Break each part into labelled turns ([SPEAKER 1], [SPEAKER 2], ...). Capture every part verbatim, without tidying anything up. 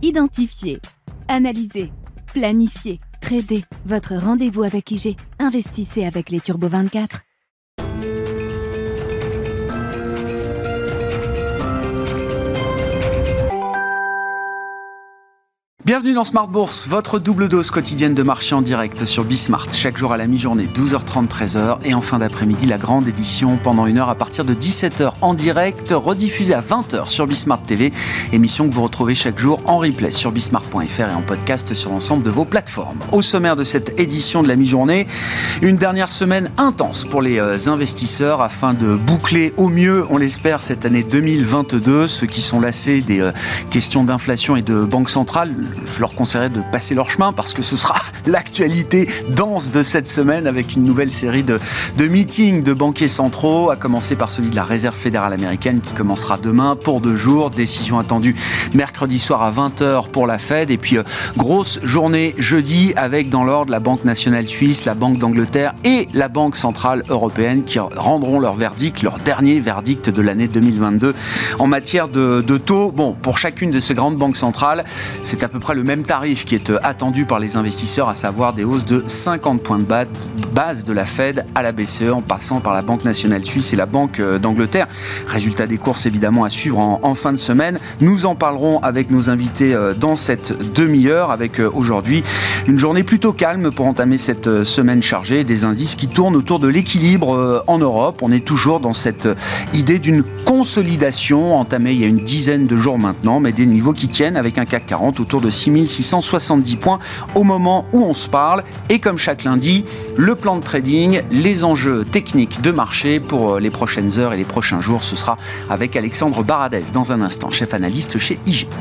[SPEAKER 1] Identifier, analyser, planifier, trader. Votre rendez-vous avec I G. Investissez avec les Turbo vingt-quatre.
[SPEAKER 2] Bienvenue dans Smart Bourse, votre double dose quotidienne de marché en direct sur Bismart. Chaque jour à la mi-journée, douze heures trente, treize heures. Et en fin d'après-midi, la grande édition pendant une heure à partir de dix-sept heures en direct, rediffusée à vingt heures sur Bismart T V. Émission que vous retrouvez chaque jour en replay sur bismart point f r et en podcast sur l'ensemble de vos plateformes. Au sommaire de cette édition de la mi-journée, une dernière semaine intense pour les investisseurs afin de boucler au mieux, on l'espère, cette année deux mille vingt-deux. Ceux qui sont lassés des questions d'inflation et de banque centrale, je leur conseillerais de passer leur chemin parce que ce sera l'actualité dense de cette semaine avec une nouvelle série de, de meetings de banquiers centraux, à commencer par celui de la Réserve fédérale américaine qui commencera demain pour deux jours. Décision attendue mercredi soir à vingt heures pour la Fed. Et puis, euh, grosse journée jeudi avec dans l'ordre la Banque nationale suisse, la Banque d'Angleterre et la Banque centrale européenne qui rendront leur verdict, leur dernier verdict de l'année deux mille vingt-deux en matière de, de taux. Bon, pour chacune de ces grandes banques centrales, c'est à peu près le même tarif qui est attendu par les investisseurs, à savoir des hausses de cinquante points de base de la Fed à la B C E en passant par la Banque nationale suisse et la Banque d'Angleterre. Résultat des courses évidemment à suivre en, en fin de semaine. Nous en parlerons avec nos invités dans cette demi-heure, avec aujourd'hui une journée plutôt calme pour entamer cette semaine chargée, des indices qui tournent autour de l'équilibre en Europe. On est toujours dans cette idée d'une consolidation entamée il y a une dizaine de jours maintenant, mais des niveaux qui tiennent avec un C A C quarante autour de six mille six cent soixante-dix points au moment où on se parle. Et comme chaque lundi, le plan de trading, les enjeux techniques de marché pour les prochaines heures et les prochains jours, ce sera avec Alexandre Baradez dans un instant, chef analyste chez I G.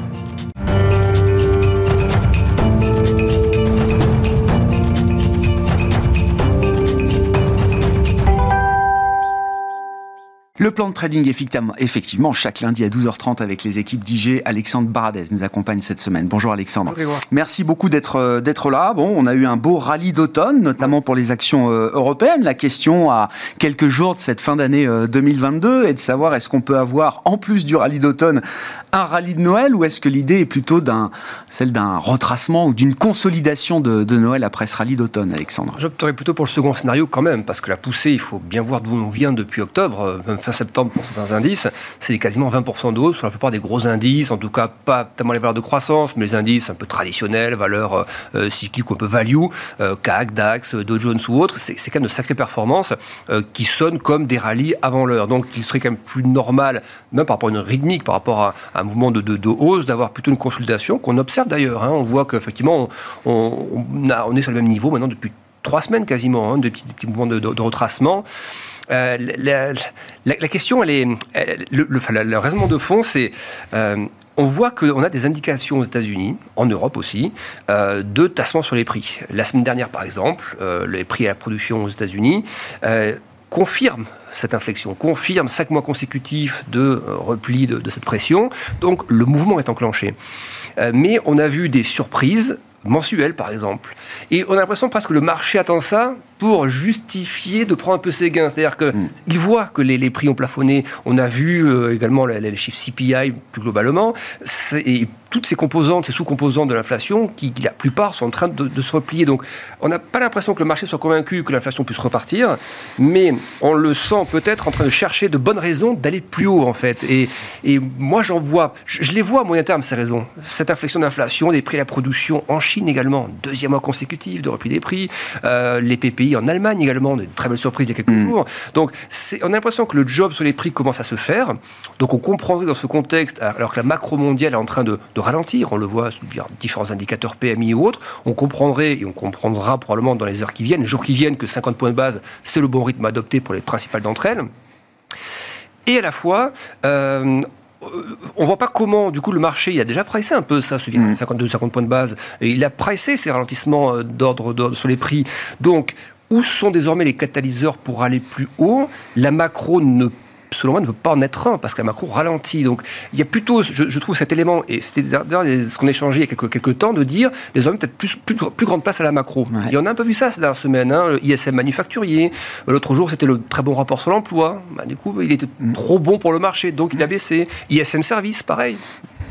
[SPEAKER 2] Le plan de trading, effectivement, chaque lundi à douze heures trente avec les équipes d'I G. Alexandre Baradez nous accompagne cette semaine. Bonjour Alexandre.
[SPEAKER 3] Bonjour.
[SPEAKER 2] Merci beaucoup d'être, d'être là. Bon, on a eu un beau rallye d'automne, notamment pour les actions euh, européennes. La question à quelques jours de cette fin d'année euh, deux mille vingt-deux est de savoir est-ce qu'on peut avoir, en plus du rallye d'automne, un rallye de Noël, ou est-ce que l'idée est plutôt d'un, celle d'un retracement ou d'une consolidation de, de Noël après ce rallye d'automne, Alexandre?
[SPEAKER 3] J'opterais plutôt pour le second scénario quand même, parce que la poussée, il faut bien voir d'où on vient depuis octobre, même fin septembre pour certains indices, c'est quasiment vingt pour cent de hausse sur la plupart des gros indices, en tout cas pas tellement les valeurs de croissance, mais les indices un peu traditionnels, valeurs euh, cycliques ou un peu value, euh, C A C, DAX, Dow Jones ou autres, c'est, c'est quand même de sacrées performances euh, qui sonnent comme des rallyes avant l'heure. Donc il serait quand même plus normal, même par rapport à une rythmique, par rapport à, à un mouvement de, de, de hausse, d'avoir plutôt une consolidation qu'on observe d'ailleurs. Hein. On voit qu'effectivement, on, on, a, on est sur le même niveau maintenant depuis trois semaines quasiment, hein, de petits, de petits mouvements de, de, de retracement. Euh, la, la, la question, elle est, elle, le, le, le, le raisonnement de fond, c'est euh, on voit qu'on a des indications aux États-Unis, en Europe aussi, euh, de tassement sur les prix. La semaine dernière, par exemple, euh, les prix à la production aux États-Unis euh, confirment cette inflexion, confirme cinq mois consécutifs de euh, repli de, de cette pression. Donc le mouvement est enclenché. Euh, mais on a vu des surprises mensuelles, par exemple. Et on a l'impression presque que le marché attend ça pour justifier de prendre un peu ses gains. C'est-à-dire qu'il mmh. voit que les, les prix ont plafonné. On a vu euh, également les, les chiffres C P I plus globalement. C'est, et toutes ces composantes, ces sous-composantes de l'inflation, qui, qui la plupart sont en train de, de se replier. Donc on n'a pas l'impression que le marché soit convaincu que l'inflation puisse repartir, mais on le sent peut-être en train de chercher de bonnes raisons d'aller plus haut, en fait. Et, et moi, j'en vois, je, je les vois à moyen terme, ces raisons. Cette inflexion d'inflation, des prix à la production en Chine également, deuxième mois consécutif de repli des prix, euh, les P P I en Allemagne également, de très belles surprises il y a quelques mmh. jours. Donc, c'est, on a l'impression que le job sur les prix commence à se faire. Donc, on comprendrait dans ce contexte, alors que la macro mondiale est en train de, de ralentir, on le voit sur différents indicateurs P M I ou autres, on comprendrait, et on comprendra probablement dans les heures qui viennent, les jours qui viennent, que cinquante points de base, c'est le bon rythme adopté pour les principales d'entre elles. Et à la fois, euh, on ne voit pas comment, du coup, le marché, il a déjà pricé un peu ça, mmh. cinquante-deux cinquante points de base, et il a pricé ces ralentissements d'ordre, d'ordre sur les prix. Donc, où sont désormais les catalyseurs pour aller plus haut? La macro ne selon moi, ne peut pas en être un, parce que la macro ralentit. Donc, il y a plutôt, je, je trouve cet élément, et c'était d'ailleurs ce qu'on a échangé il y a quelques, quelques temps, de dire, désormais, peut-être plus, plus, plus grande place à la macro. Ouais. Et on a un peu vu ça ces dernières semaines, hein, le I S M manufacturier. L'autre jour, c'était le très bon rapport sur l'emploi. Bah, du coup, il était mmh. trop bon pour le marché, donc il a baissé. I S M service, pareil.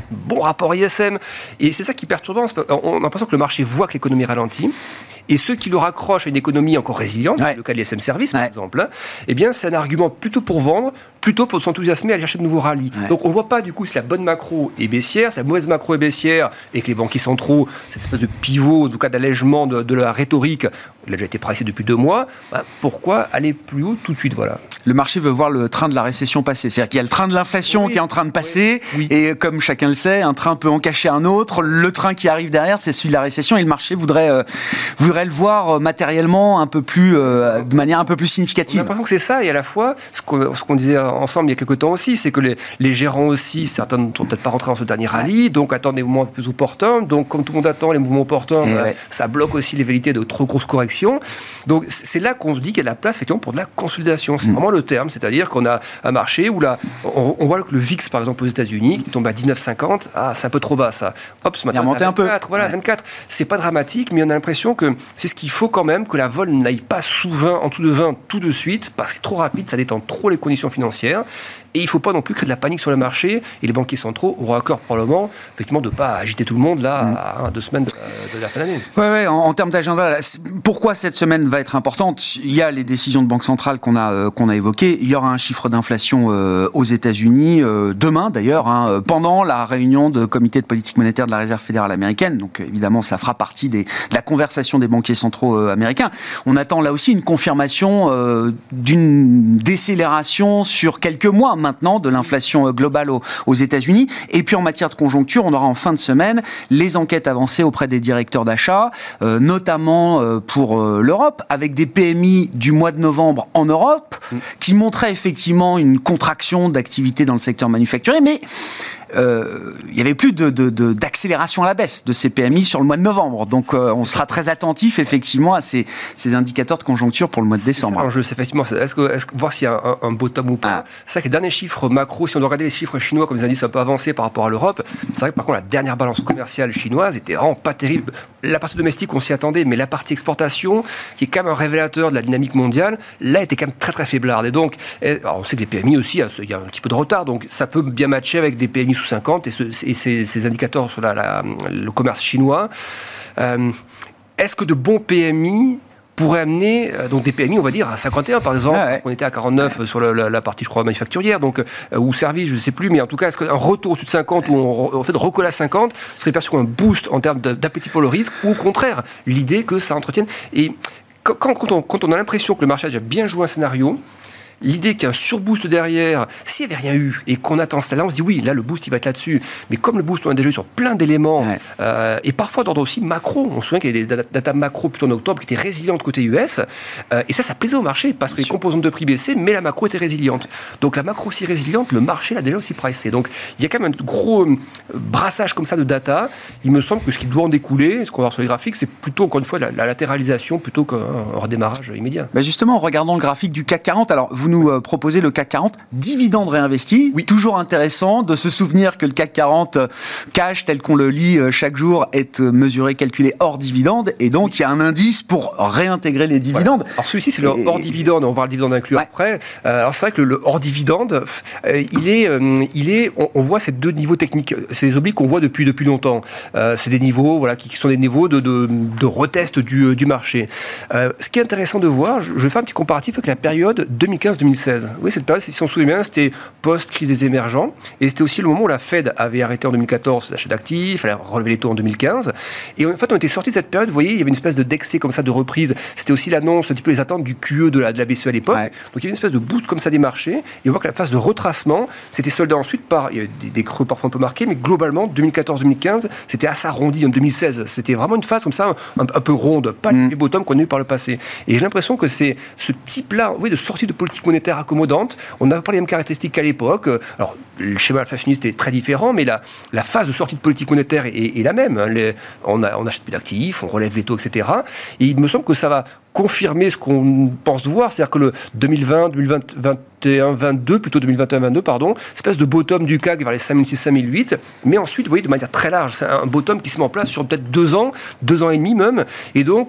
[SPEAKER 3] bon rapport I S M. Et c'est ça qui est perturbant. On a l'impression que le marché voit que l'économie ralentit. Et ceux qui le raccrochent à une économie encore résiliente, ouais. le cas de l'I S M Service par ouais. exemple, eh bien c'est un argument plutôt pour vendre, plutôt pour s'enthousiasmer à aller chercher de nouveaux rallyes. Ouais. Donc on ne voit pas du coup si la bonne macro est baissière, si la mauvaise macro est baissière, et que les banquiers centraux, cette espèce de pivot, en tout cas d'allègement de, de la rhétorique, il a déjà été pricé depuis deux mois, bah, pourquoi aller plus haut tout de suite, voilà.
[SPEAKER 2] Le marché veut voir le train de la récession passer. C'est-à-dire qu'il y a le train de l'inflation oui. qui est en train de passer, oui. Oui. et comme chacun le sait, un train peut en cacher un autre. Le train qui arrive derrière, c'est celui de la récession, et le marché voudrait, euh, voudrait le voir matériellement un peu plus, euh, de manière un peu plus significative.
[SPEAKER 3] On a l'impression que c'est ça, et à la fois, ce qu'on, ce qu'on disait ensemble il y a quelques temps aussi, c'est que les, les gérants aussi, certains ne sont peut-être pas rentrés dans ce dernier rallye, donc attendent des mouvements plus opportuns. Donc comme tout le monde attend les mouvements opportuns, bah, ouais. ça bloque aussi les velléités de trop grosses corrections. Donc c'est là qu'on se dit qu'il y a de la place effectivement pour de la consolidation. C'est mmh. vraiment le terme, c'est-à-dire qu'on a un marché où là, on, on voit que le V I X par exemple aux États-Unis qui tombe à dix-neuf virgule cinquante, ah c'est un peu trop bas ça. Hop, ce matin,
[SPEAKER 2] il a monté un peu.
[SPEAKER 3] Voilà,
[SPEAKER 2] ouais.
[SPEAKER 3] vingt-quatre. C'est pas dramatique, mais on a l'impression que c'est ce qu'il faut quand même, que la vol n'aille pas sous vingt, en dessous de vingt tout de suite, parce que c'est trop rapide, ça détend trop les conditions financières. Et il ne faut pas non plus créer de la panique sur le marché. Et les banquiers centraux auront à cœur probablement effectivement, de ne pas agiter tout le monde là, mmh. à, à deux semaines de, de la fin d'année.
[SPEAKER 2] Oui, ouais, en, en termes d'agenda, pourquoi cette semaine va être importante ? Il y a les décisions de banque centrale qu'on a, euh, qu'on a évoquées. Il y aura un chiffre d'inflation euh, aux États-Unis, euh, demain d'ailleurs, hein, pendant la réunion de comité de politique monétaire de la Réserve fédérale américaine. Donc évidemment, ça fera partie des, de la conversation des banquiers centraux euh, américains. On attend là aussi une confirmation euh, d'une décélération sur quelques mois maintenant de l'inflation globale aux, aux États-Unis. Et puis en matière de conjoncture, on aura en fin de semaine les enquêtes avancées auprès des directeurs d'achat, euh, notamment euh, pour euh, l'Europe, avec des P M I du mois de novembre en Europe, mmh. qui montraient effectivement une contraction d'activité dans le secteur manufacturier, mais Euh, il n'y avait plus de, de, de, d'accélération à la baisse de ces P M I sur le mois de novembre. Donc euh, on sera très attentif effectivement à ces, ces indicateurs de conjoncture pour le mois de décembre.
[SPEAKER 3] Alors, je sais effectivement, est-ce que, est-ce que voir s'il y a un, un bottom ou pas. Ah. C'est vrai que les derniers chiffres macro, si on doit regarder les chiffres chinois comme des indices un peu avancés par rapport à l'Europe, c'est vrai que par contre la dernière balance commerciale chinoise était vraiment pas terrible. La partie domestique on s'y attendait, mais la partie exportation, qui est quand même un révélateur de la dynamique mondiale, là était quand même très très faiblarde. Et donc, alors on sait que les P M I aussi, il y a un petit peu de retard, donc ça peut bien matcher avec des P M I sous cinquante et, ce, et ces, ces indicateurs sur la, la, le commerce chinois. Euh, est-ce que de bons P M I pourraient amener euh, donc des P M I, on va dire, à cinquante et un par exemple, ah ouais. on était à quarante-neuf ouais. sur le, la, la partie, je crois, manufacturière, donc, euh, ou service, je ne sais plus, mais en tout cas, est-ce qu'un retour au-dessus de cinquante, où on, on fait de recoller à cinquante, serait perçu comme un boost en termes d'appétit pour le risque, ou au contraire, l'idée que ça entretienne. Et quand, quand, on, quand on a l'impression que le marché a déjà bien joué un scénario, l'idée qu'il y a un surboost derrière, s'il n'y avait rien eu et qu'on attend cela, on se dit oui, là le boost il va être là-dessus. Mais comme le boost on a déjà eu sur plein d'éléments, ouais. euh, et parfois d'ordre aussi macro, on se souvient qu'il y a des data macro plutôt en octobre qui étaient résilientes côté U S, euh, et ça, ça plaisait au marché parce que les composantes de prix baissaient, mais la macro était résiliente. Donc la macro aussi résiliente, le marché l'a déjà aussi pricé. Donc il y a quand même un gros euh, brassage comme ça de data. Il me semble que ce qui doit en découler, ce qu'on va voir sur les graphiques, c'est plutôt encore une fois la, la latéralisation plutôt qu'un redémarrage immédiat.
[SPEAKER 2] Bah justement, en regardant le graphique du C A C quarante, alors vous nous euh, proposez le C A C quarante, dividende réinvesti. Oui. Toujours intéressant de se souvenir que le C A C quarante euh, cash tel qu'on le lit euh, chaque jour est euh, mesuré, calculé hors dividende, et donc oui. il y a un indice pour réintégrer les dividendes.
[SPEAKER 3] Voilà. Alors celui-ci c'est le et... hors dividende, on va voir le dividende inclus ouais. après. Euh, alors c'est vrai que le, le hors dividende, euh, il est, euh, il est, on, on voit ces deux niveaux techniques, c'est des obliques qu'on voit depuis depuis longtemps. Euh, c'est des niveaux, voilà, qui, qui sont des niveaux de de, de retest du du marché. Euh, ce qui est intéressant de voir, je, je vais faire un petit comparatif avec la période deux mille quinze deux mille seize. Oui, cette période, si on se souvient bien, c'était post-crise des émergents. Et c'était aussi le moment où la Fed avait arrêté en deux mille quatorze l'achat d'actifs, elle a relevé les taux en deux mille quinze. Et en fait, on était sorti de cette période, vous voyez, il y avait une espèce de d'excès comme ça de reprise. C'était aussi l'annonce, un petit peu les attentes du Q E de la, de la B C E à l'époque. Ouais. Donc il y avait une espèce de boost comme ça des marchés. Et on voit que la phase de retracement, c'était soldé ensuite par il y avait des, des creux parfois un peu marqués, mais globalement, deux mille quatorze deux mille quinze, c'était assez arrondi en deux mille seize. C'était vraiment une phase comme ça, un, un peu ronde, pas mmh. les bottoms qu'on a eu par le passé. Et j'ai l'impression que c'est ce type-là, oui, de sortie de politique monétaire accommodante. On n'a pas les mêmes caractéristiques qu'à l'époque. Alors, le schéma inflationniste est très différent, mais la, la phase de sortie de politique monétaire est, est, est la même. Les, on, a, on achète plus d'actifs, on relève les taux, et cetera. Et il me semble que ça va confirmer ce qu'on pense voir, c'est-à-dire que le deux mille vingt, deux mille vingt, vingt et un, vingt-deux, plutôt deux mille vingt et un vingt-deux, pardon, espèce de bottom du C A C vers les cinq mille six, cinq mille huit, mais ensuite, vous voyez, de manière très large, c'est un bottom qui se met en place sur peut-être deux ans, deux ans et demi même, et donc,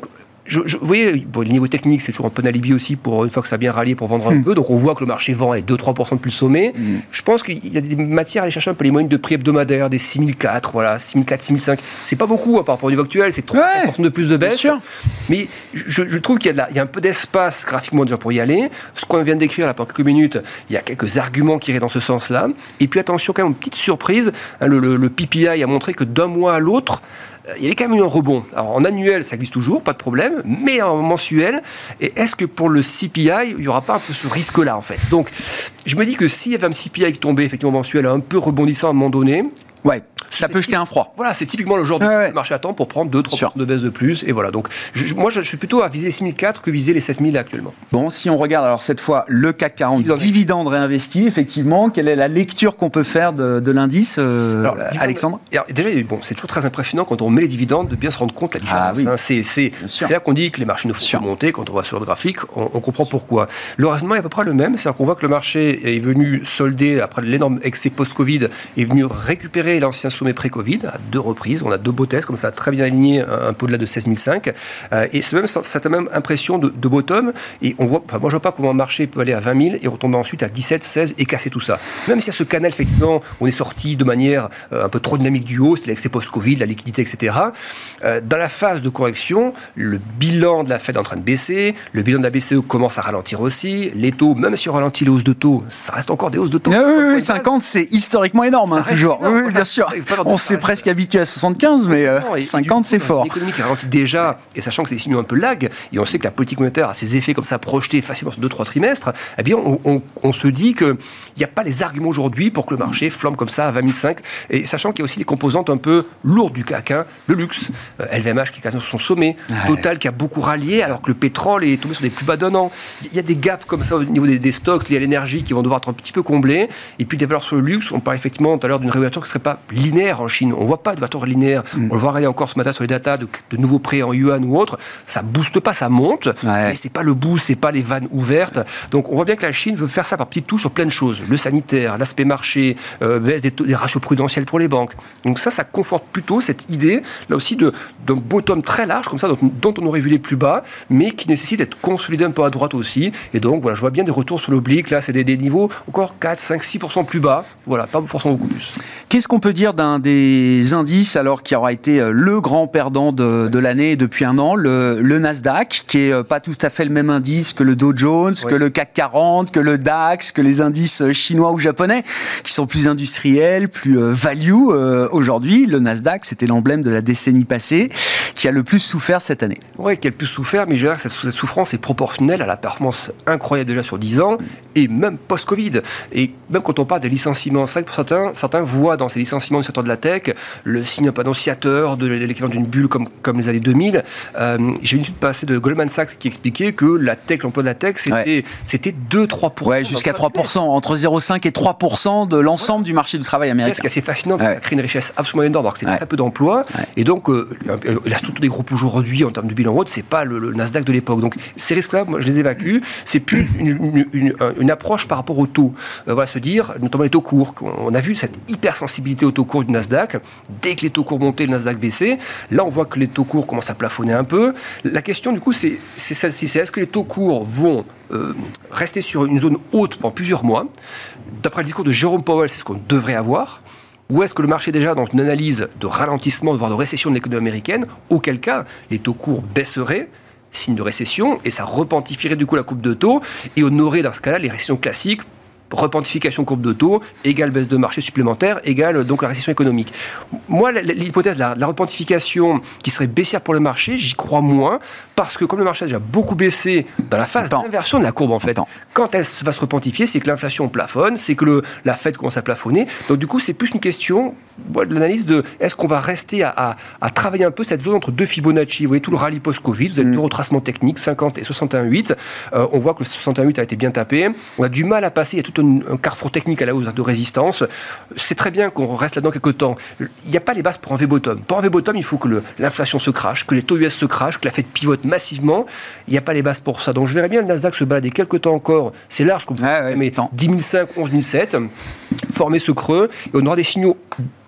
[SPEAKER 3] Je, je, vous voyez, bon, le niveau technique, c'est toujours un peu un alibi aussi pour une fois que ça a bien rallié pour vendre un mmh. peu. Donc on voit que le marché vend avec deux à trois pour cent de plus sommet. Mmh. Je pense qu'il y a des matières à aller chercher un peu les moyennes de prix hebdomadaires, des six mille quatre, voilà, six mille quatre, six mille cinq. C'est pas beaucoup hein, par rapport au niveau actuel, c'est trois pour cent ouais, de plus de baisse. Mais je, je trouve qu'il y a, de la, il y a un peu d'espace graphiquement déjà pour y aller. Ce qu'on vient de décrire là pendant quelques minutes, il y a quelques arguments qui iraient dans ce sens-là. Et puis attention, quand même, une petite surprise, hein, le, le, le P P I a montré que d'un mois à l'autre, il y avait quand même eu un rebond. Alors en annuel, ça glisse toujours, pas de problème, mais en mensuel, et est-ce que pour le C P I, il n'y aura pas un peu ce risque-là en fait? Donc je me dis que s'il y avait un C P I qui tombait effectivement mensuel un peu rebondissant à un moment donné,
[SPEAKER 2] ouais, ça peut jeter un froid.
[SPEAKER 3] Voilà, c'est typiquement le genre de ouais, ouais. marché à temps pour prendre deux à trois pour cent de baisse de plus. Et voilà, donc je, moi je, je suis plutôt à viser les six mille quatre que viser les sept mille actuellement.
[SPEAKER 2] Bon, si on regarde alors cette fois le C A C quarante, dividende, dividende réinvesti, effectivement, quelle est la lecture qu'on peut faire de, de l'indice, euh, alors, Alexandre?
[SPEAKER 3] Alors, déjà, bon, c'est toujours très impressionnant quand on met les dividendes de bien se rendre compte de la différence. Ah, oui. hein, c'est, c'est, c'est là qu'on dit que les marchés ne font pas monter. Quand on voit sur le graphique, on, on comprend pourquoi. Le raisonnement est à peu près le même, c'est-à-dire qu'on voit que le marché est venu solder, après l'énorme excès post-Covid, est venu récupérer l'ancien sommet pré-Covid, à deux reprises, on a deux beaux tests, comme ça, très bien aligné, un peu au-delà de seize mille cinq. Euh, et c'est même cette même impression de, de bottom. Et on voit, enfin, moi, je ne vois pas comment un marché peut aller à vingt mille et retomber ensuite à dix-sept, seize et casser tout ça. Même s'il y a ce canal, effectivement, on est sorti de manière euh, un peu trop dynamique du haut, c'est l'excès post-Covid, la liquidité, et cetera. Euh, dans la phase de correction, le bilan de la Fed est en train de baisser, le bilan de la B C E commence à ralentir aussi. Les taux, même si on ralentit les hausses de taux, ça reste encore des hausses de taux.
[SPEAKER 2] Ah oui, oui, cinquante, c'est historiquement énorme, hein, toujours. Énorme, oui, bien sûr. On s'est presque habitué à soixante-quinze, mais euh, et, cinquante, et coup, c'est fort.
[SPEAKER 3] L'économie qui ralentit déjà, et sachant que c'est des signaux un peu lag, et on sait que la politique monétaire a ses effets comme ça projetés facilement sur deux trois trimestres, eh bien, on, on, on se dit qu'il n'y a pas les arguments aujourd'hui pour que le marché flambe comme ça à vingt mille cinq, et sachant qu'il y a aussi des composantes un peu lourdes du C A C, hein, le luxe, euh, L V M H qui est sur son sommet, ouais. Total qui a beaucoup rallié, alors que le pétrole est tombé sur des plus bas d'un an. Il y a des gaps comme ça au niveau des, des stocks liés à l'énergie qui vont devoir être un petit peu comblés, et puis des valeurs sur le luxe, on parle effectivement tout à l'heure d'une réouverture qui ne serait pas linéaire en Chine. On ne voit pas de ouverture linéaire. Mm. On le voit regarder encore ce matin sur les datas de, de nouveaux prêts en yuan ou autre. Ça ne booste pas, ça monte. Ouais. Mais ce n'est pas le boost, ce n'est pas les vannes ouvertes. Donc on voit bien que la Chine veut faire ça par petites touches sur plein de choses. Le sanitaire, l'aspect marché, euh, baisse des, des ratios prudentiels pour les banques. Donc ça, ça conforte plutôt cette idée, là aussi, de, d'un bottom très large, comme ça, dont, dont on aurait vu les plus bas, mais qui nécessite d'être consolidé un peu à droite aussi. Et donc, voilà, je vois bien des retours sur l'oblique. Là, c'est des, des niveaux encore quatre, cinq, six pour cent plus bas. Voilà, pas forcément beaucoup plus.
[SPEAKER 2] Qu'est-ce qu'on peut dire d'un des indices, alors, qui aura été le grand perdant de, de l'année depuis un an, le, le Nasdaq, qui est pas tout à fait le même indice que le Dow Jones, oui. que le C A C quarante, que le DAX, que les indices chinois ou japonais, qui sont plus industriels, plus euh, value. Euh, aujourd'hui, le Nasdaq, c'était l'emblème de la décennie passée, qui a le plus souffert cette année.
[SPEAKER 3] Oui, qui a le plus souffert, mais je dirais que cette souffrance est proportionnelle à la performance incroyable déjà sur dix ans, et même post-Covid. Et même quand on parle des licenciements, c'est vrai que pour certains, certains voient dans ces licenciements du secteur de la tech le signe un peu annonciateur de l'équivalent d'une bulle comme, comme les années deux mille. Euh, j'ai une étude passée de Goldman Sachs qui expliquait que la tech, l'emploi de la tech, c'était, ouais. c'était deux à trois pour cent.
[SPEAKER 2] Ouais, jusqu'à trois pour cent, entre zéro virgule cinq et trois pour cent de l'ensemble ouais. du marché du travail américain.
[SPEAKER 3] C'est ce qui est assez fascinant, ouais. ça crée une richesse absolument énorme, alors que c'est ouais. très peu d'emplois. Ouais. Et donc, euh, la structure des groupes aujourd'hui, en termes de bilan haute, c'est pas le, le Nasdaq de l'époque. Donc, ces risques-là, moi, je les évacue. C'est plus une, une, une, une approche par rapport aux taux. Euh, voilà, se dire, notamment les taux courts. On a vu cette hypersensibilité aux taux courts du Nasdaq. Dès que les taux courts montaient, le Nasdaq baissait. Là, on voit que les taux courts commencent à plafonner un peu. La question, du coup, c'est, c'est celle-ci. C'est est-ce que les taux courts vont euh, rester sur une zone haute pendant plusieurs mois? D'après le discours de Jérôme Powell, c'est ce qu'on devrait avoir. Ou est-ce que le marché est déjà dans une analyse de ralentissement, voire de récession de l'économie américaine, auquel cas les taux courts baisseraient, signe de récession, et ça repentifierait du coup la courbe de taux, et on aurait dans ce cas-là les récessions classiques, repentification courbe de taux, égale baisse de marché supplémentaire, égale donc la récession économique. Moi, l'hypothèse de la, la repentification qui serait baissière pour le marché, j'y crois moins, parce que comme le marché a déjà beaucoup baissé dans la phase Attends. d'inversion de la courbe, en fait, Attends. quand elle va se repentifier, c'est que l'inflation plafonne, c'est que le, la Fed commence à plafonner. Donc du coup, c'est plus une question de l'analyse de est-ce qu'on va rester à, à, à travailler un peu cette zone entre deux Fibonacci. Vous voyez tout le rallye post-Covid, vous avez mmh. le retracement technique, cinquante et soixante et un virgule huit. Euh, on voit que le soixante et un virgule huit a été bien tapé. On a du mal à passer, il y a tout un, un carrefour technique à la hausse de résistance. C'est très bien qu'on reste là-dedans quelques temps. Il n'y a pas les bases pour un V-bottom. Pour un V-bottom, il faut que le, l'inflation se crache, que les taux U S se crachent, que la Fed pivote massivement. Il n'y a pas les bases pour ça. Donc je verrais bien le Nasdaq se balader quelques temps encore. C'est large, comme ah ouais, mais dix mille cinq, onze mille sept, former ce creux, et on aura des signaux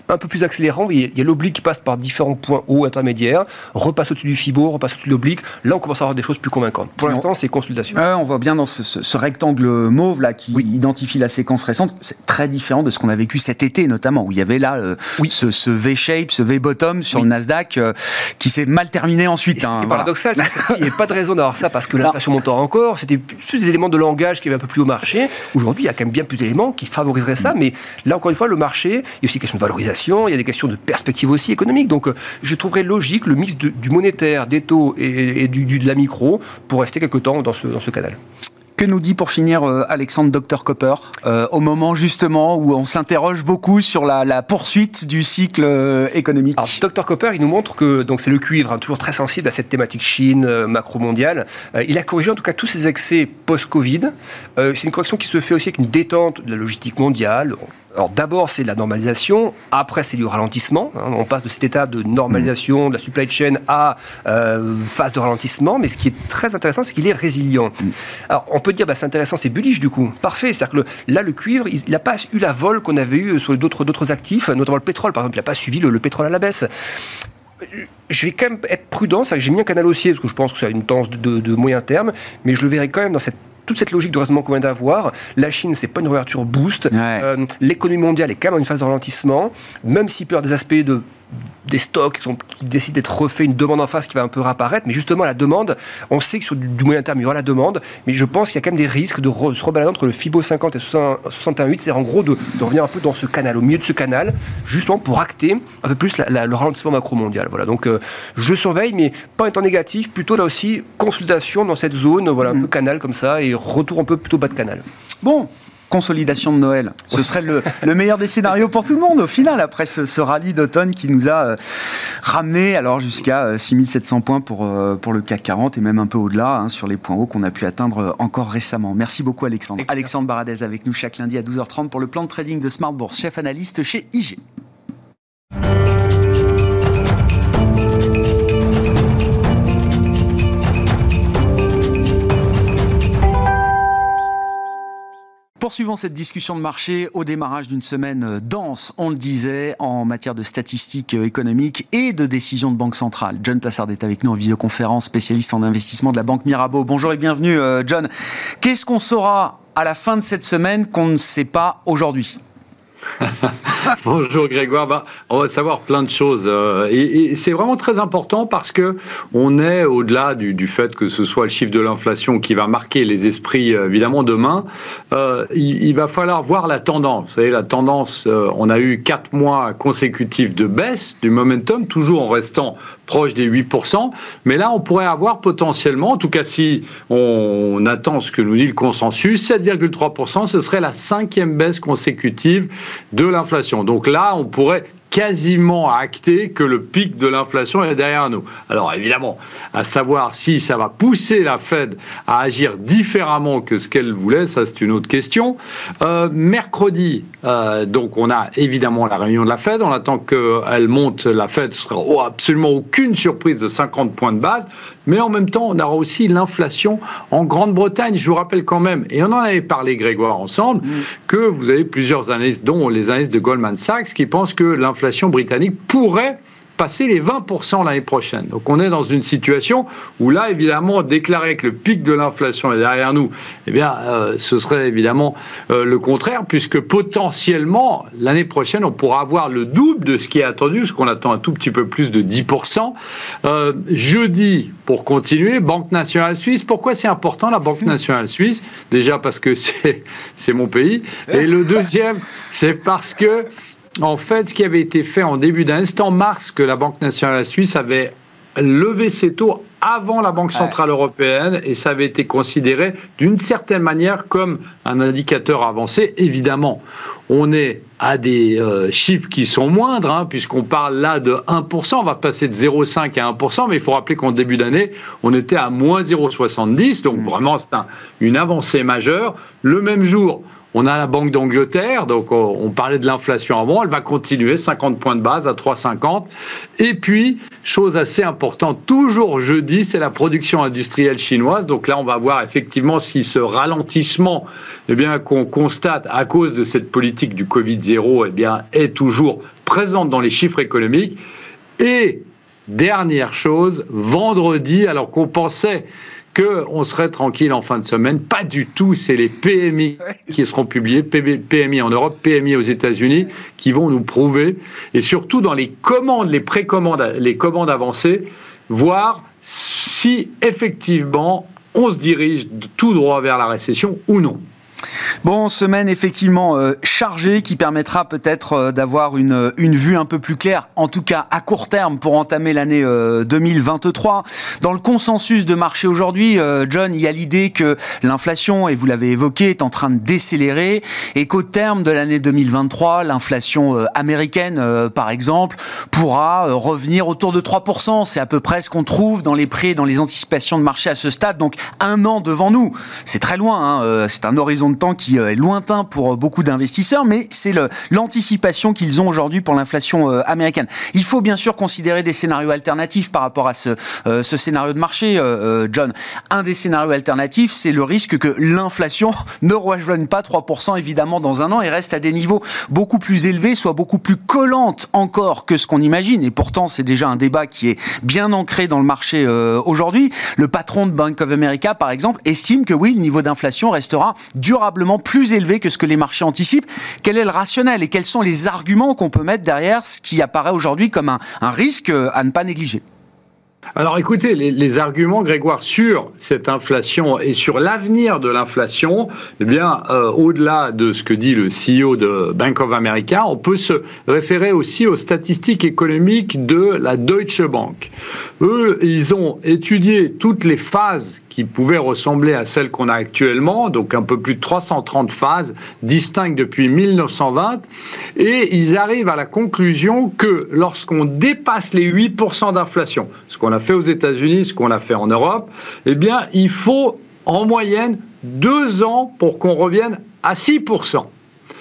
[SPEAKER 3] un peu plus accélérant. Il y a l'oblique qui passe par différents points hauts intermédiaires, repasse au-dessus du Fibo, repasse au-dessus de l'oblique. Là, on commence à avoir des choses plus convaincantes. Pour l'instant, c'est consultation.
[SPEAKER 2] Euh, on voit bien dans ce, ce, ce rectangle mauve là qui
[SPEAKER 3] oui.
[SPEAKER 2] identifie la séquence récente. C'est très différent de ce qu'on a vécu cet été notamment, où il y avait là euh, oui. ce, ce V-shape, ce V-bottom sur oui. le Nasdaq euh, qui s'est mal terminé ensuite. Hein,
[SPEAKER 3] c'est
[SPEAKER 2] voilà.
[SPEAKER 3] paradoxal. Il n'y a pas de raison d'avoir ça parce que l'inflation montant encore. C'était plus des éléments de langage qui avaient un peu plus au marché. Aujourd'hui, il y a quand même bien plus d'éléments qui favoriseraient ça. Mais là, encore une fois, le marché, il y a aussi des questions de valorisation, il y a des questions de perspective aussi économique. Donc, je trouverais logique le mix de, du monétaire, des taux et, et du, du, de la micro pour rester quelque temps dans ce, dans ce canal.
[SPEAKER 2] Que nous dit pour finir euh, Alexandre docteur Copper euh, au moment justement où on s'interroge beaucoup sur la, la poursuite du cycle euh, économique.
[SPEAKER 3] Alors, docteur Copper, il nous montre que donc c'est le cuivre, hein, toujours très sensible à cette thématique Chine, euh, macro-mondiale. Euh, il a corrigé en tout cas tous ces excès post-Covid. Euh, c'est une correction qui se fait aussi avec une détente de la logistique mondiale. Alors d'abord c'est la normalisation, après c'est du ralentissement, hein, on passe de cet état de normalisation de la supply chain à euh, phase de ralentissement, mais ce qui est très intéressant c'est qu'il est résilient. Alors on peut dire bah, c'est intéressant, c'est bullish du coup, parfait, c'est-à-dire que le, là le cuivre il n'a pas eu la vol qu'on avait eu sur d'autres, d'autres actifs, notamment le pétrole par exemple, il n'a pas suivi le, le pétrole à la baisse. Je vais quand même être prudent, c'est-à-dire que j'ai mis un canal haussier parce que je pense que c'est une tendance de, de, de moyen terme, mais je le verrai quand même dans cette toute cette logique de raisonnement qu'on vient d'avoir. La Chine, c'est pas une réouverture boost. Ouais. Euh, l'économie mondiale est quand même dans une phase de ralentissement, même s'il peut y avoir des aspects de des stocks qui, sont, qui décident d'être refaits, une demande en face qui va un peu réapparaître, mais justement la demande, on sait que sur du, du moyen terme il y aura la demande, mais je pense qu'il y a quand même des risques de re, se rebalader entre le Fibo cinquante et soixante et un virgule huit, c'est-à-dire en gros de, de revenir un peu dans ce canal, au milieu de ce canal, justement pour acter un peu plus la, la, le ralentissement macro-mondial. Voilà, donc euh, je surveille, mais pas en étant négatif, plutôt là aussi consolidation dans cette zone, voilà, un mmh. peu canal comme ça, et retour un peu plutôt bas de canal.
[SPEAKER 2] Bon, consolidation de Noël. Ce serait le, le meilleur des scénarios pour tout le monde, au final, après ce, ce rallye d'automne qui nous a euh, ramené alors jusqu'à euh, six mille sept cents points pour, euh, pour le C A C quarante et même un peu au-delà hein, sur les points hauts qu'on a pu atteindre euh, encore récemment. Merci beaucoup Alexandre. Excellent. Alexandre Baradez avec nous chaque lundi à douze heures trente pour le plan de trading de Smart Bourse, chef analyste chez I G. Poursuivons cette discussion de marché au démarrage d'une semaine dense, on le disait, en matière de statistiques économiques et de décisions de banque centrale. John Plassard est avec nous en visioconférence, spécialiste en investissement de la Banque Mirabeau. Bonjour et bienvenue John. Qu'est-ce qu'on saura à la fin de cette semaine qu'on ne sait pas aujourd'hui ?
[SPEAKER 4] Bonjour Grégoire, bah, on va savoir plein de choses euh, et, et c'est vraiment très important parce que on est au-delà du, du fait que ce soit le chiffre de l'inflation qui va marquer les esprits euh, évidemment demain, euh, il, il va falloir voir la tendance. Vous savez, la tendance, euh, on a eu quatre mois consécutifs de baisse du momentum, toujours en restant proche des huit pour cent, mais là on pourrait avoir potentiellement, en tout cas si on, on attend ce que nous dit le consensus, sept virgule trois pour cent, ce serait la cinquième baisse consécutive de l'inflation. Donc là, on pourrait quasiment acter que le pic de l'inflation est derrière nous. Alors évidemment, à savoir si ça va pousser la Fed à agir différemment que ce qu'elle voulait, ça c'est une autre question. Euh, mercredi, euh, donc on a évidemment la réunion de la Fed, on attend qu'elle monte, la Fed sera oh, absolument aucune surprise de cinquante points de base, mais en même temps on aura aussi l'inflation en Grande-Bretagne. Je vous rappelle quand même, et on en avait parlé Grégoire ensemble, mmh. que vous avez plusieurs analystes, dont les analystes de Goldman Sachs, qui pensent que l'inflation L'inflation britannique pourrait passer les vingt pour cent l'année prochaine. Donc on est dans une situation où là, évidemment, déclarer que le pic de l'inflation est derrière nous, eh bien, euh, ce serait évidemment euh, le contraire, puisque potentiellement, l'année prochaine, on pourra avoir le double de ce qui est attendu, parce qu'on attend un tout petit peu plus de dix pour cent. Euh, jeudi, pour continuer, Banque nationale suisse. Pourquoi c'est important, la Banque nationale suisse ? Déjà parce que c'est, c'est mon pays. Et le deuxième, c'est parce que en fait, ce qui avait été fait en début d'année, c'est en mars que la Banque nationale suisse avait levé ses taux avant la Banque centrale européenne et ça avait été considéré d'une certaine manière comme un indicateur avancé. Évidemment, on est à des euh, chiffres qui sont moindres, hein, puisqu'on parle là de un pour cent, on va passer de zéro virgule cinq à un pour cent, mais il faut rappeler qu'en début d'année, on était à moins zéro virgule soixante-dix, donc vraiment c'est un, une avancée majeure. Le même jour, on a la Banque d'Angleterre, donc on, on parlait de l'inflation avant, elle va continuer, cinquante points de base à trois virgule cinquante. Et puis, chose assez importante, toujours jeudi, c'est la production industrielle chinoise. Donc là, on va voir effectivement si ce ralentissement eh bien, qu'on constate à cause de cette politique du Covid zéro eh bien, est toujours présente dans les chiffres économiques. Et dernière chose, vendredi, alors qu'on pensait qu'on serait tranquille en fin de semaine, pas du tout, c'est les P M I qui seront publiés, P M I en Europe, P M I aux États-Unis, qui vont nous prouver, et surtout dans les commandes, les précommandes, les commandes avancées, voir si effectivement on se dirige tout droit vers la récession ou non.
[SPEAKER 2] Bon, semaine effectivement euh, chargée qui permettra peut-être euh, d'avoir une, une vue un peu plus claire, en tout cas à court terme pour entamer l'année euh, deux mille vingt-trois. Dans le consensus de marché aujourd'hui, euh, John, il y a l'idée que l'inflation, et vous l'avez évoqué, est en train de décélérer et qu'au terme de l'année deux mille vingt-trois, l'inflation euh, américaine, euh, par exemple, pourra euh, revenir autour de trois pour cent. C'est à peu près ce qu'on trouve dans les prix, dans les anticipations de marché à ce stade. Donc un an devant nous, c'est très loin, hein, euh, c'est un horizon de temps qui est lointain pour beaucoup d'investisseurs, mais c'est le, l'anticipation qu'ils ont aujourd'hui pour l'inflation euh, américaine. Il faut bien sûr considérer des scénarios alternatifs par rapport à ce, euh, ce scénario de marché, euh, John. Un des scénarios alternatifs, c'est le risque que l'inflation ne rejoigne pas trois pour cent évidemment dans un an et reste à des niveaux beaucoup plus élevés, soit beaucoup plus collante encore que ce qu'on imagine. Et pourtant, c'est déjà un débat qui est bien ancré dans le marché euh, aujourd'hui. Le patron de Bank of America, par exemple, estime que oui, le niveau d'inflation restera durablement plus élevé que ce que les marchés anticipent. Quel est le rationnel et quels sont les arguments qu'on peut mettre derrière ce qui apparaît aujourd'hui comme un, un risque à ne pas négliger ?
[SPEAKER 4] Alors écoutez, les, les arguments, Grégoire, sur cette inflation et sur l'avenir de l'inflation, eh bien, euh, au-delà de ce que dit le C E O de Bank of America, on peut se référer aussi aux statistiques économiques de la Deutsche Bank. Eux, ils ont étudié toutes les phases qui pouvaient ressembler à celles qu'on a actuellement, donc un peu plus de trois cent trente phases distinctes depuis mille neuf cent vingt, et ils arrivent à la conclusion que lorsqu'on dépasse les huit pour cent d'inflation, ce qu'on a fait aux États-Unis, ce qu'on a fait en Europe, eh bien, il faut en moyenne deux ans pour qu'on revienne à six pour cent.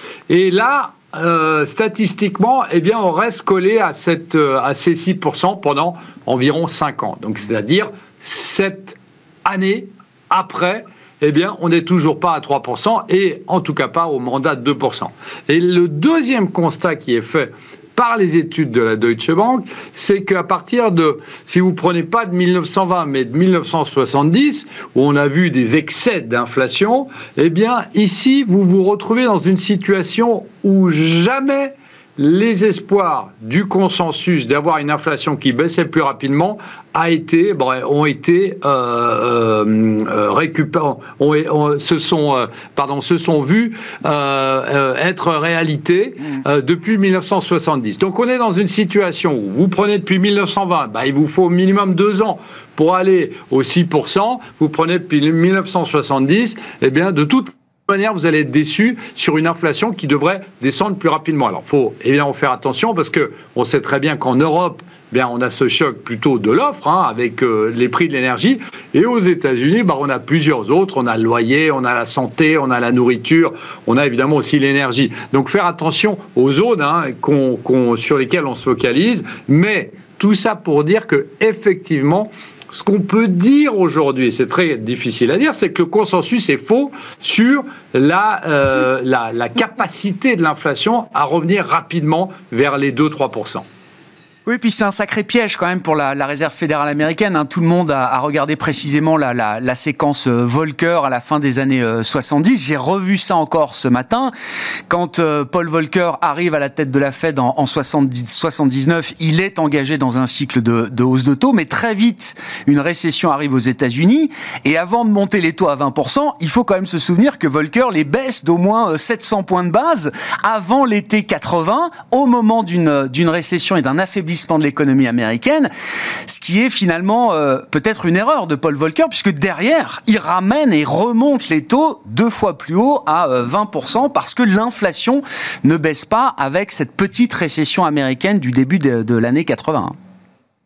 [SPEAKER 4] Et là, euh, statistiquement, eh bien, on reste collé à, cette, euh, à ces six pour cent pendant environ cinq ans. Donc, c'est-à-dire sept années après, eh bien, on n'est toujours pas à trois pour cent et en tout cas pas au mandat de deux pour cent. Et le deuxième constat qui est fait par les études de la Deutsche Bank, c'est qu'à partir de, si vous prenez pas de mille neuf cent vingt, mais de mille neuf cent soixante-dix, où on a vu des excès d'inflation, eh bien, ici, vous vous retrouvez dans une situation où jamais les espoirs du consensus d'avoir une inflation qui baissait plus rapidement a été, bon, ont été euh, euh, récupérés, ont, ont, se sont, euh, pardon, se sont vus euh, euh, être réalité euh, depuis mille neuf cent soixante-dix. Donc on est dans une situation où vous prenez depuis mille neuf cent vingt, bah, il vous faut au minimum deux ans pour aller aux six pour cent. Vous prenez depuis mille neuf cent soixante-dix, eh bien de toute manière, vous allez être déçu sur une inflation qui devrait descendre plus rapidement. Alors, il faut évidemment faire attention parce qu'on sait très bien qu'en Europe, eh bien, on a ce choc plutôt de l'offre hein, avec euh, les prix de l'énergie. Et aux États-Unis, bah, on a plusieurs autres. On a le loyer, on a la santé, on a la nourriture, on a évidemment aussi l'énergie. Donc, faire attention aux zones hein, qu'on, qu'on, sur lesquelles on se focalise. Mais tout ça pour dire que effectivement, ce qu'on peut dire aujourd'hui, c'est très difficile à dire, c'est que le consensus est faux sur la, euh, la, la capacité de l'inflation à revenir rapidement vers les deux à trois pour cent.
[SPEAKER 2] Oui, puis c'est un sacré piège quand même pour la, la Réserve fédérale américaine. Hein. Tout le monde a, a regardé précisément la, la, la séquence Volcker à la fin des années euh, soixante-dix. J'ai revu ça encore ce matin. Quand euh, Paul Volcker arrive à la tête de la Fed en, en soixante-dix, soixante-dix-neuf, il est engagé dans un cycle de, de hausse de taux, mais très vite, une récession arrive aux États-Unis. Et avant de monter les taux à vingt pour cent, il faut quand même se souvenir que Volcker les baisse d'au moins sept cents points de base avant l'été quatre-vingts, au moment d'une, d'une récession et d'un affaiblissement de l'économie américaine, ce qui est finalement euh, peut-être une erreur de Paul Volcker, puisque derrière, il ramène et remonte les taux deux fois plus haut à euh, vingt pour cent, parce que l'inflation ne baisse pas avec cette petite récession américaine du début de, de l'année quatre-vingts.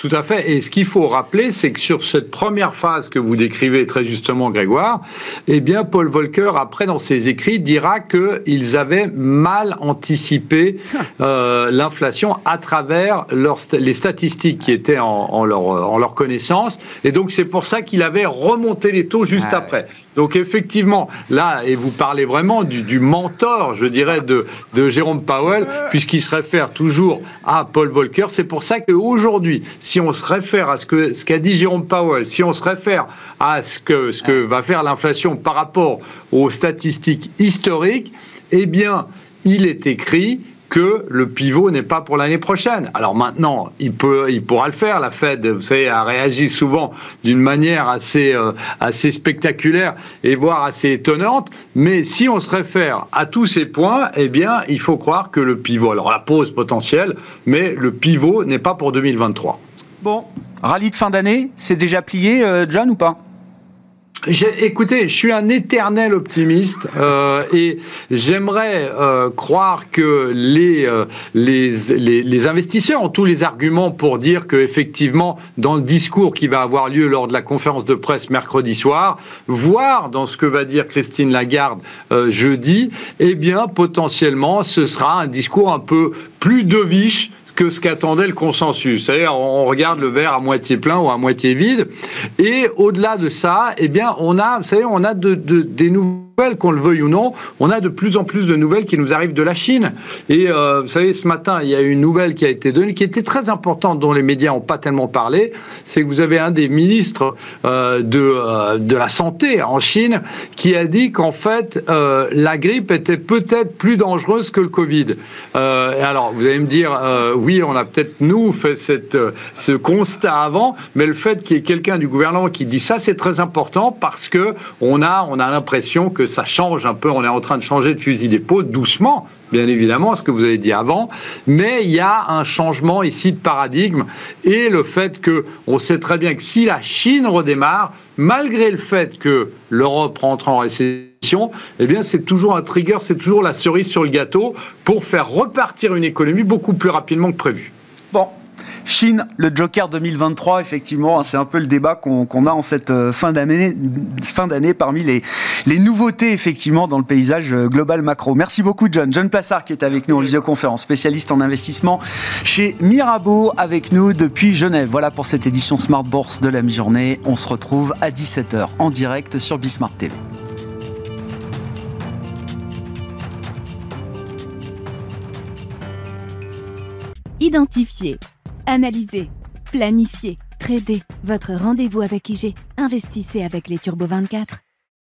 [SPEAKER 4] Tout à fait. Et ce qu'il faut rappeler, c'est que sur cette première phase que vous décrivez très justement, Grégoire, eh bien, Paul Volcker, après, dans ses écrits, dira qu'ils avaient mal anticipé euh, l'inflation à travers leur, les statistiques qui étaient en, en, leur, en leur connaissance. Et donc, c'est pour ça qu'il avait remonté les taux juste ah, après. Donc, effectivement, là, et vous parlez vraiment du, du mentor, je dirais, de, de Jérôme Powell, puisqu'il se réfère toujours à Paul Volcker. C'est pour ça qu'aujourd'hui, si on se réfère à ce que ce qu'a dit Jérôme Powell, si on se réfère à ce que ce que va faire l'inflation par rapport aux statistiques historiques, eh bien, il est écrit que le pivot n'est pas pour l'année prochaine. Alors maintenant, il peut, il pourra le faire. La Fed, vous savez, a réagi souvent d'une manière assez, euh, assez spectaculaire et voire assez étonnante. Mais si on se réfère à tous ces points, eh bien, il faut croire que le pivot, alors la pause potentielle, mais le pivot n'est pas pour deux mille vingt-trois.
[SPEAKER 2] Bon, rallye de fin d'année, c'est déjà plié, euh, John, ou pas ?
[SPEAKER 4] J'ai, écoutez, je suis un éternel optimiste euh, et j'aimerais euh, croire que les, euh, les, les, les investisseurs ont tous les arguments pour dire qu'effectivement, dans le discours qui va avoir lieu lors de la conférence de presse mercredi soir, voire dans ce que va dire Christine Lagarde euh, jeudi, eh bien, potentiellement, ce sera un discours un peu plus dovish que ce qu'attendait le consensus. C'est-à-dire, on regarde le verre à moitié plein ou à moitié vide. Et au-delà de ça, eh bien, on a, vous savez, on a de, de, des nouvelles, qu'on le veuille ou non, on a de plus en plus de nouvelles qui nous arrivent de la Chine. Et euh, vous savez, ce matin, il y a une nouvelle qui a été donnée, qui était très importante, dont les médias n'ont pas tellement parlé, c'est que vous avez un des ministres euh, de, euh, de la Santé en Chine qui a dit qu'en fait, euh, la grippe était peut-être plus dangereuse que le Covid. Euh, alors, vous allez me dire, euh, oui, on a peut-être, nous, fait cette, ce constat avant, mais le fait qu'il y ait quelqu'un du gouvernement qui dit ça, c'est très important parce que on a, on a l'impression que ça change un peu, on est en train de changer de fusil d'épaule, doucement, bien évidemment, ce que vous avez dit avant, mais il y a un changement ici de paradigme et le fait que, on sait très bien que si la Chine redémarre, malgré le fait que l'Europe rentre en récession, eh bien c'est toujours un trigger, c'est toujours la cerise sur le gâteau pour faire repartir une économie beaucoup plus rapidement que prévu.
[SPEAKER 2] Bon. Chine, le Joker deux mille vingt-trois, effectivement, c'est un peu le débat qu'on, qu'on a en cette fin d'année, fin d'année parmi les, les nouveautés, effectivement, dans le paysage global macro. Merci beaucoup, John. John Plassard, qui est avec nous en visioconférence, spécialiste en investissement chez Mirabeau, avec nous depuis Genève. Voilà pour cette édition Smart Bourse de la mi-journée. On se retrouve à dix-sept heures en direct sur Bismart T V.
[SPEAKER 1] Identifiez, analysez, planifiez, tradez. Votre rendez-vous avec I G. Investissez avec les Turbo vingt-quatre.